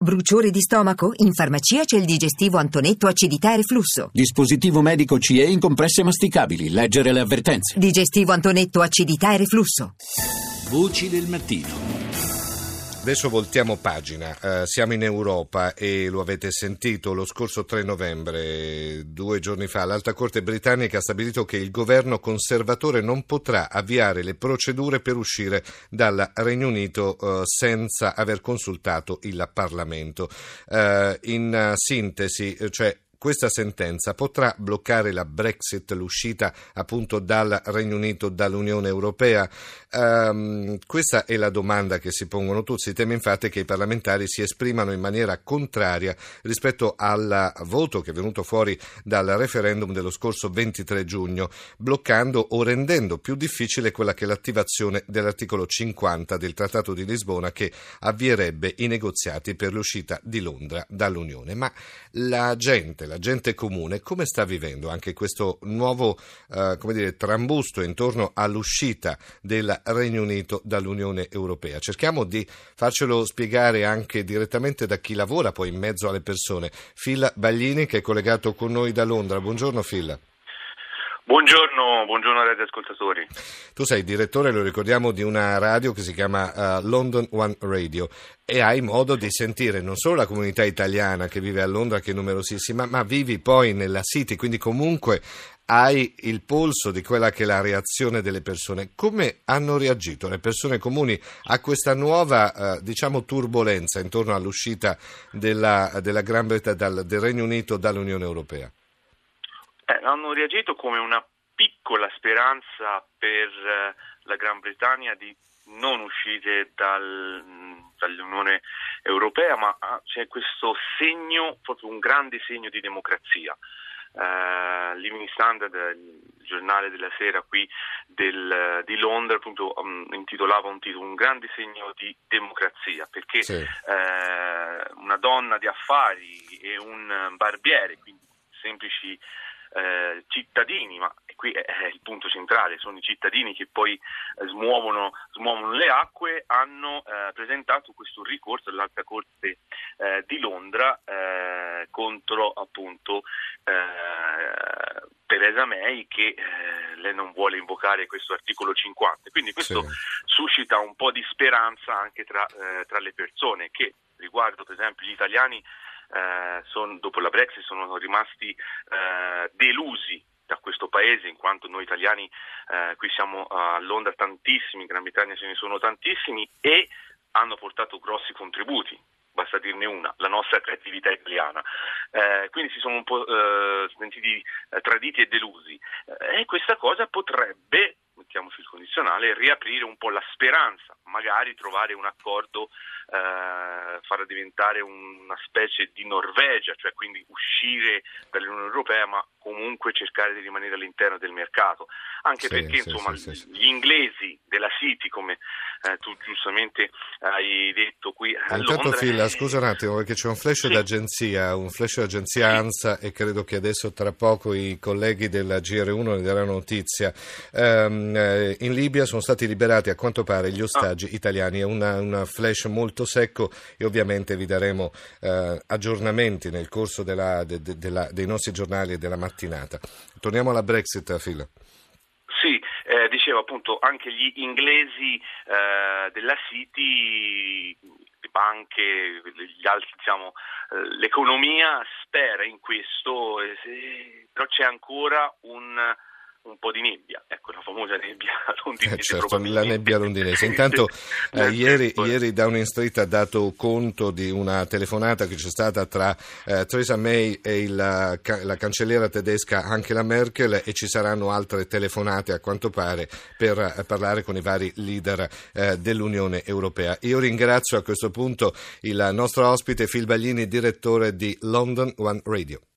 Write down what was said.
Bruciore di stomaco? In farmacia c'è il digestivo Antonetto acidità e reflusso. Dispositivo medico CE in compresse masticabili. Leggere le avvertenze. Digestivo Antonetto acidità e reflusso. Voci del mattino. Adesso voltiamo pagina, siamo in Europa e lo avete sentito, lo scorso 3 novembre, 2 giorni fa, l'Alta Corte britannica ha stabilito che il governo conservatore non potrà avviare le procedure per uscire dal Regno Unito senza aver consultato il Parlamento. In sintesi, cioè, questa sentenza potrà bloccare la Brexit, l'uscita appunto dal Regno Unito dall'Unione Europea? Questa è la domanda che si pongono tutti. Si teme infatti che i parlamentari si esprimano in maniera contraria rispetto al voto che è venuto fuori dal referendum dello scorso 23 giugno, bloccando o rendendo più difficile quella che è l'attivazione dell'articolo 50 del Trattato di Lisbona, che avvierebbe i negoziati per l'uscita di Londra dall'Unione. Ma la gente comune come sta vivendo anche questo nuovo trambusto intorno all'uscita del Regno Unito dall'Unione Europea? Cerchiamo di farcelo spiegare anche direttamente da chi lavora poi in mezzo alle persone. Phil Baglini, che è collegato con noi da Londra. Buongiorno Phil. Buongiorno radioascoltatori. Tu sei direttore, lo ricordiamo, di una radio che si chiama London One Radio e hai modo di sentire non solo la comunità italiana che vive a Londra, che è numerosissima, ma vivi poi nella City, quindi comunque hai il polso di quella che è la reazione delle persone. Come hanno reagito le persone comuni a questa nuova turbolenza intorno all'uscita della Gran Bretagna, del Regno Unito dall'Unione Europea? Hanno reagito come una piccola speranza per la Gran Bretagna di non uscire dall'Unione Europea, ma c'è questo segno, proprio un grande segno di democrazia. L'Evening Standard, il giornale della sera qui di Londra, appunto intitolava un grande segno di democrazia, perché sì. Una donna di affari e un barbiere, quindi semplici cittadini, ma qui è il punto centrale, sono i cittadini che poi smuovono le acque, hanno presentato questo ricorso all'Alta Corte di Londra contro appunto Theresa May, che lei non vuole invocare questo articolo 50, quindi questo suscita un po' di speranza anche tra le persone, che riguardo per esempio gli italiani dopo la Brexit sono rimasti delusi da questo paese, in quanto noi italiani qui siamo a Londra tantissimi, in Gran Bretagna ce ne sono tantissimi e hanno portato grossi contributi, basta dirne una, la nostra creatività italiana, quindi si sono un po' sentiti traditi e delusi, e questa cosa potrebbe, mettiamoci il condizionale, riaprire un po' la speranza, magari trovare un accordo, farla diventare una specie di Norvegia, cioè quindi uscire dall'Unione Europea ma comunque cercare di rimanere all'interno del mercato, anche perché gli inglesi della City, come tu giustamente hai detto qui a Londra. Intanto Phil, scusa un attimo, perché c'è un flash d'agenzia ANSA, e credo che adesso tra poco i colleghi della GR1 ne daranno notizia. In Libia sono stati liberati a quanto pare gli ostaggi italiani, è un flash molto secco e ovviamente vi daremo aggiornamenti nel corso dei nostri giornali e della mattinata. Torniamo alla Brexit, Phil. Sì, dicevo appunto anche gli inglesi della City, le banche, gli altri, l'economia spera in questo, però c'è ancora un po' di nebbia, ecco la famosa nebbia londinese. La nebbia londinese. Intanto ieri Downing Street ha dato conto di una telefonata che c'è stata tra Theresa May e la cancelliera tedesca Angela Merkel, e ci saranno altre telefonate a quanto pare per parlare con i vari leader dell'Unione Europea. Io ringrazio a questo punto il nostro ospite Phil Baglini, direttore di London One Radio.